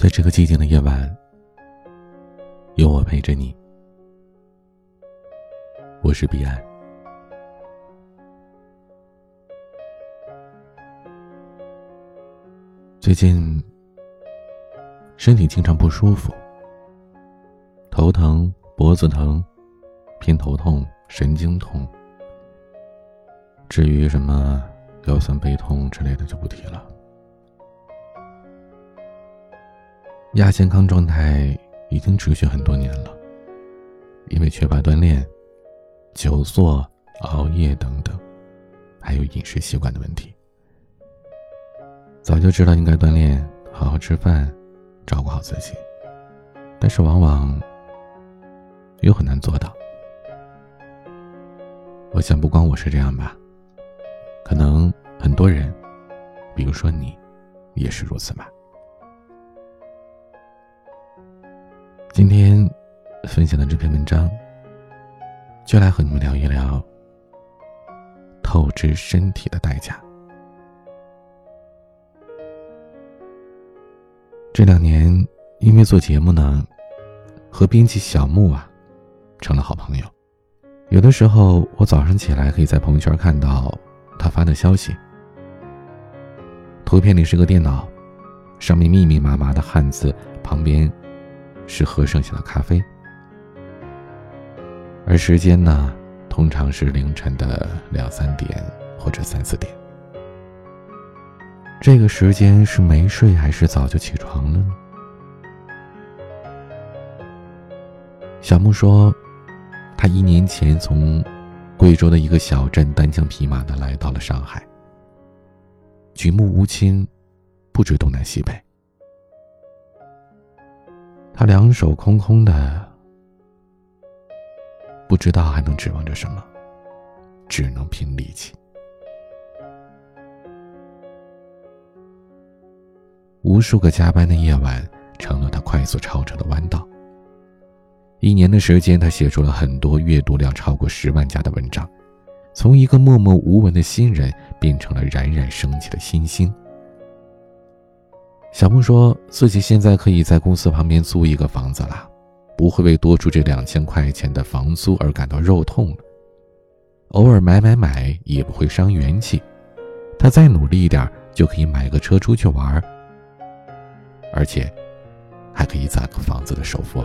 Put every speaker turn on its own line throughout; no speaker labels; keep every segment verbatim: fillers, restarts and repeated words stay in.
在这个寂静的夜晚，有我陪着你。我是彼岸。最近身体经常不舒服，头疼、脖子疼、偏头痛、神经痛，至于什么腰酸背痛之类的就不提了。亚健康状态已经持续很多年了，因为缺乏锻炼、久坐、熬夜等等，还有饮食习惯的问题。早就知道应该锻炼，好好吃饭，照顾好自己，但是往往又很难做到。我想不光我是这样吧，可能很多人，比如说你，也是如此吧。今天分享的这篇文章，就来和你们聊一聊透支身体的代价。这两年因为做节目呢，和编辑小木啊成了好朋友。有的时候我早上起来可以在朋友圈看到他发的消息，图片里是个电脑，上面密密麻麻的汉字，旁边是喝剩下的咖啡，而时间呢通常是凌晨的两三点或者三四点。这个时间是没睡还是早就起床了呢？小木说，他一年前从贵州的一个小镇单枪匹马地来到了上海，举目无亲，不知东南西北。他两手空空的，不知道还能指望着什么，只能凭力气。无数个加班的夜晚成了他快速超车的弯道。一年的时间，他写出了很多阅读量超过十万加的文章，从一个默默无闻的新人变成了冉冉升起的新星。小木说自己现在可以在公司旁边租一个房子了，不会为多出这两千块钱的房租而感到肉痛了。偶尔买买买也不会伤元气，他再努力一点就可以买个车出去玩，而且还可以攒个房子的首付了。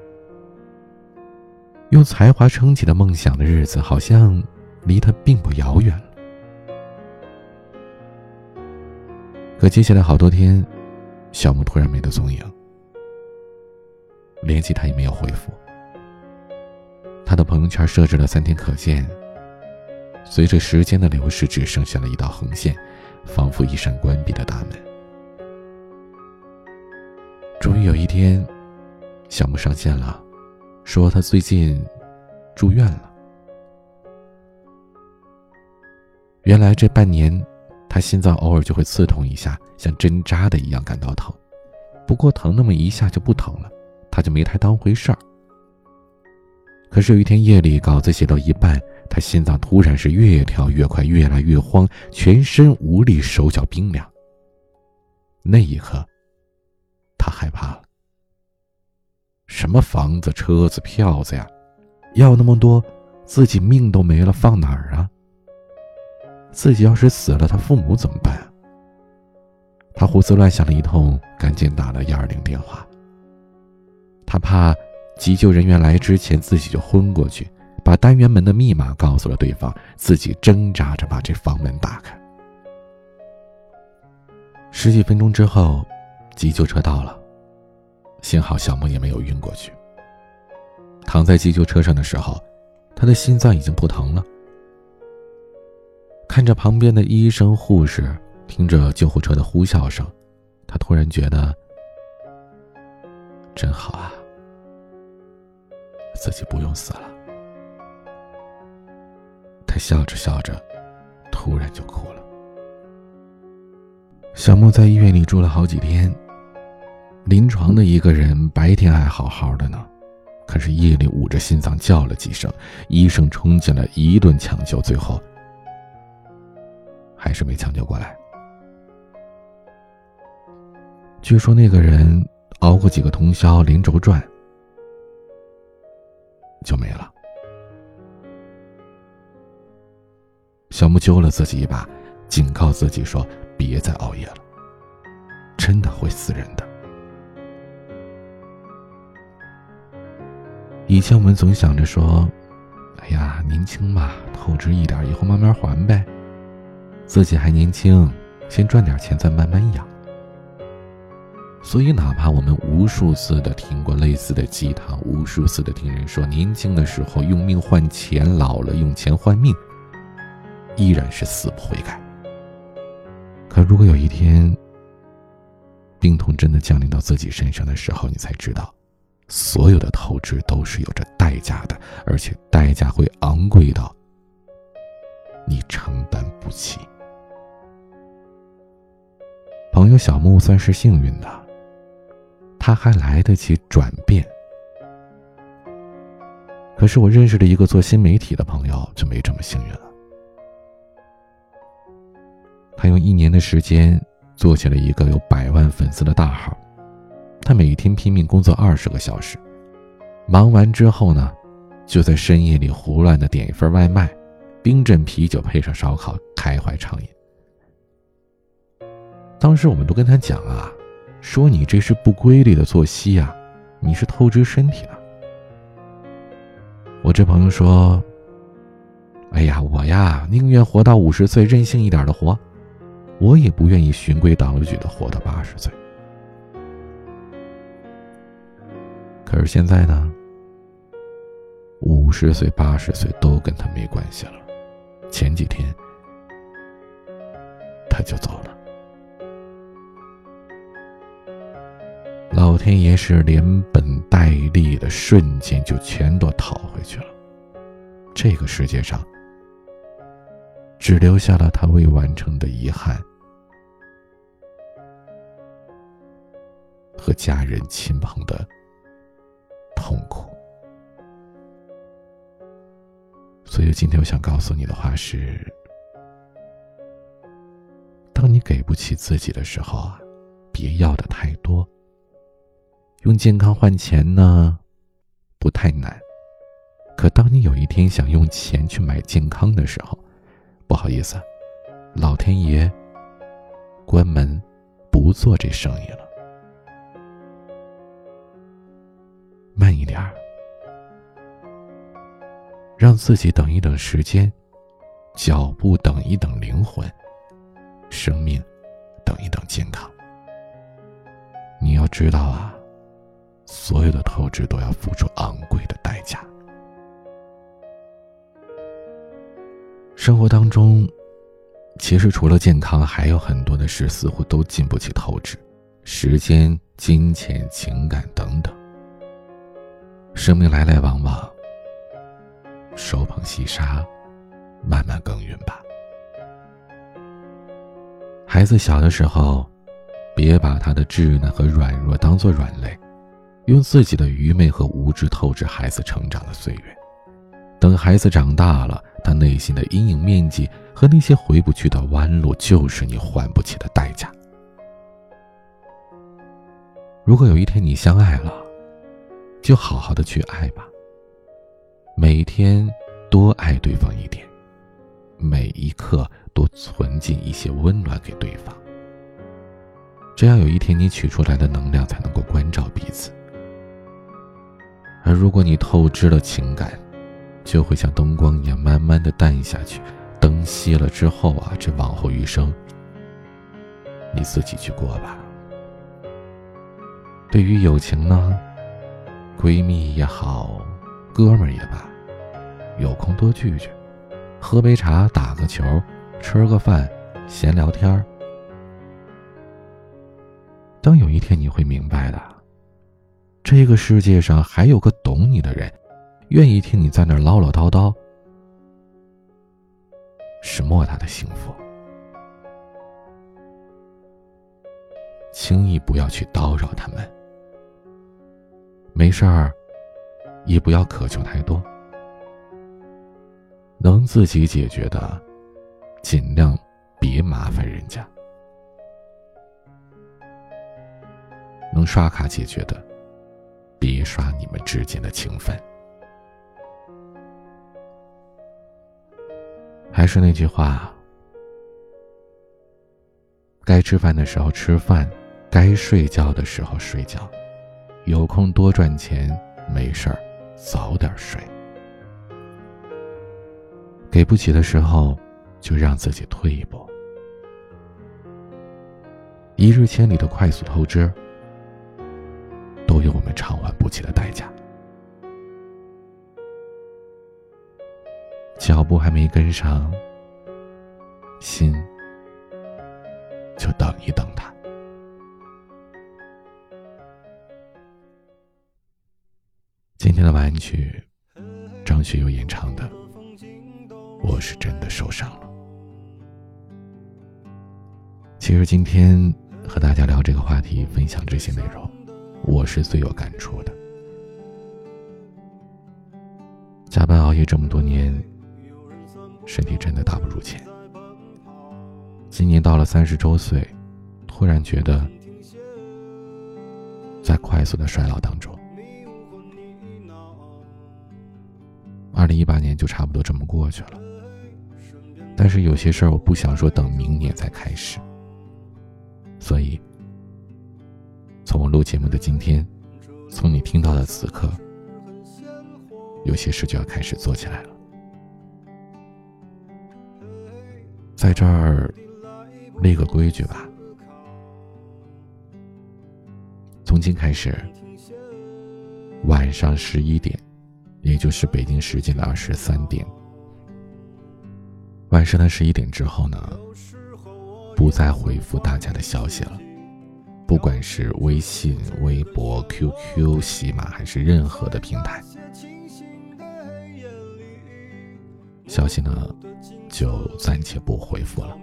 用才华撑起的梦想的日子好像离他并不遥远了。可接下来好多天，小木突然没了踪影，联系他也没有回复。他的朋友圈设置了三天可见，随着时间的流逝，只剩下了一道横线，仿佛一扇关闭的大门。终于有一天，小木上线了，说他最近住院了。原来这半年他心脏偶尔就会刺痛一下，像针扎的一样感到疼，不过疼那么一下就不疼了，他就没太当回事儿。可是有一天夜里稿子写到一半，他心脏突然是越跳越快，越来越慌，全身无力，手脚冰凉。那一刻他害怕了。什么房子、车子、票子呀，要那么多，自己命都没了放哪儿啊？自己要是死了，他父母怎么办啊？他胡思乱想了一通，赶紧打了一二零电话。他怕急救人员来之前自己就昏过去，把单元门的密码告诉了对方，自己挣扎着把这房门打开。十几分钟之后，急救车到了，幸好小木也没有晕过去。躺在急救车上的时候，他的心脏已经不疼了。看着旁边的医生护士，听着救护车的呼啸声，他突然觉得真好啊，自己不用死了。他笑着笑着，突然就哭了。小木在医院里住了好几天，临床的一个人白天还好好的呢，可是夜里捂着心脏叫了几声，医生冲进来一顿抢救，最后还是没抢救过来。据说那个人熬过几个通宵，连轴转，就没了。小木揪了自己一把，警告自己说别再熬夜了，真的会死人的。以前我们总想着说，哎呀，年轻嘛，透支一点，以后慢慢还呗。自己还年轻，先赚点钱再慢慢养。所以哪怕我们无数次的听过类似的鸡汤，无数次的听人说年轻的时候用命换钱，老了用钱换命，依然是死不悔改。可如果有一天病痛真的降临到自己身上的时候，你才知道所有的透支都是有着代价的，而且代价会昂贵到你承担不起。朋友小木算是幸运的，他还来得及转变。可是我认识的一个做新媒体的朋友就没这么幸运了。他用一年的时间做起了一个有百万粉丝的大号，他每天拼命工作二十个小时，忙完之后呢，就在深夜里胡乱的点一份外卖，冰镇啤酒配上烧烤，开怀畅饮。当时我们都跟他讲啊，说你这是不规律的作息啊，你是透支身体了。我这朋友说，哎呀，我呀宁愿活到五十岁任性一点的活，我也不愿意循规蹈矩的活到八十岁。可是现在呢，五十岁八十岁都跟他没关系了。前几天他就走了。老天爷是连本带利的瞬间就全都讨回去了。这个世界上只留下了他未完成的遗憾和家人亲朋的痛苦。所以今天我想告诉你的话是，当你给不起自己的时候啊，别要的太多。用健康换钱呢，不太难。可当你有一天想用钱去买健康的时候，不好意思，老天爷关门不做这生意了。慢一点儿，让自己等一等时间，脚步等一等灵魂，生命等一等健康。你要知道啊，所有的透支都要付出昂贵的代价。生活当中，其实除了健康，还有很多的事似乎都经不起透支，时间、金钱、情感等等。生命来来往往，手捧细沙，慢慢耕耘吧。孩子小的时候，别把他的稚嫩和软弱当作软肋，用自己的愚昧和无知透支孩子成长的岁月。等孩子长大了，他内心的阴影面积和那些回不去的弯路，就是你还不起的代价。如果有一天你相爱了，就好好的去爱吧，每天多爱对方一点，每一刻多存进一些温暖给对方，这样有一天你取出来的能量才能够关照彼此。而如果你透支了情感，就会像灯光一样慢慢的淡下去，灯熄了之后啊，这往后余生你自己去过吧。对于友情呢，闺蜜也好，哥们儿也罢，有空多聚聚，喝杯茶，打个球，吃个饭，闲聊天。当有一天你会明白的，这个世界上还有个懂你的人，愿意听你在那儿唠唠叨叨，是莫大的幸福。轻易不要去叨扰他们，没事儿也不要渴求太多，能自己解决的尽量别麻烦人家。 能刷卡解决的，别刷你们之间的情分。还是那句话，该吃饭的时候吃饭，该睡觉的时候睡觉，有空多赚钱，没事儿早点睡。给不起的时候，就让自己退一步。一日千里的快速透支，都有我们偿还不起的代价。脚步还没跟上，心就等一等它。今天的晚安曲，张学友演唱的《我是真的受伤了》。其实今天和大家聊这个话题，分享这些内容，我是最有感触的。加班熬夜这么多年，身体真的大不如前。今年到了三十周岁，突然觉得在快速的衰老当中。二零一八年就差不多这么过去了，但是有些事儿我不想说等明年再开始，所以从我录节目的今天，从你听到的此刻，有些事就要开始做起来了。在这儿立个规矩吧，从今开始，晚上十一点，也就是北京时间的二十三点，晚上的十一点之后呢，不再回复大家的消息了。不管是微信、微博、Q Q、喜马还是任何的平台，消息呢就暂且不回复了。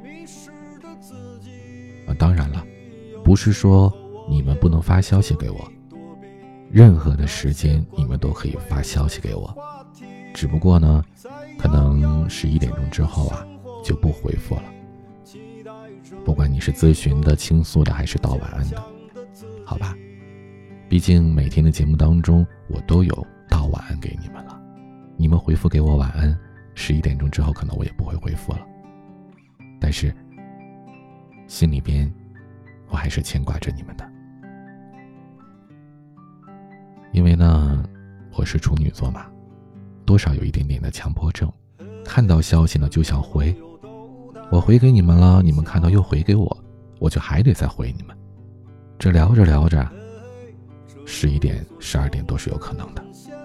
啊，当然了，不是说你们不能发消息给我，任何的时间你们都可以发消息给我，只不过呢，可能十一点钟之后啊就不回复了。不管你是咨询的、倾诉的还是道晚安的，好吧，毕竟每天的节目当中我都有道晚安给你们了，你们回复给我晚安，十一点钟之后可能我也不会回复了，但是心里边我还是牵挂着你们的。因为呢我是处女座嘛，多少有一点点的强迫症，看到消息呢就想回，我回给你们了，你们看到又回给我，我就还得再回你们，这聊着聊着十一点十二点都是有可能的。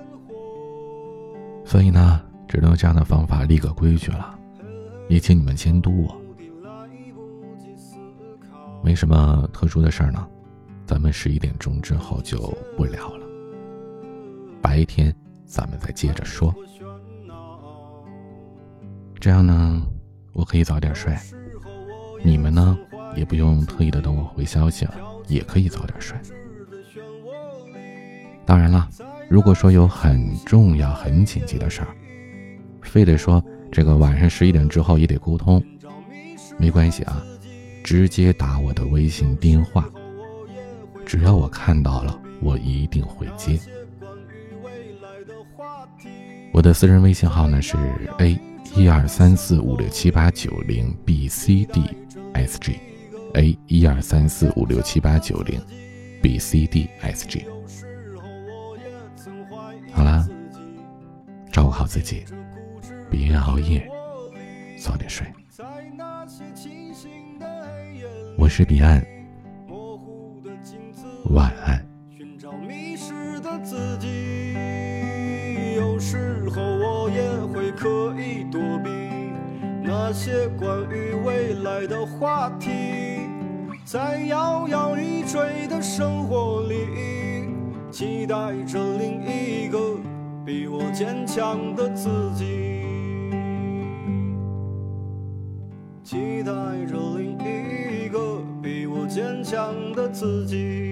所以呢只能用这样的方法立个规矩了，也请你们监督我。没什么特殊的事儿呢，咱们十一点钟之后就不聊了，白天咱们再接着说，这样呢我可以早点睡，你们呢也不用特意的等我回消息了，也可以早点睡。当然了，如果说有很重要很紧急的事儿，非得说这个晚上十一点之后也得沟通，没关系啊，直接打我的微信电话，只要我看到了我一定会接。我的私人微信号呢是 A 一二三四五六七八九零 B C D S G A 一二三四五六七八九零 B C D S G。 好啦，照顾好自己，别熬夜，早点睡。我是彼岸，晚安。寻找迷失的自己，有时候我也会刻意躲避那些关于未来的话题，在摇摇欲坠的生活里，期待着另一个比我坚强的自己，期待着另一个比我坚强的自己。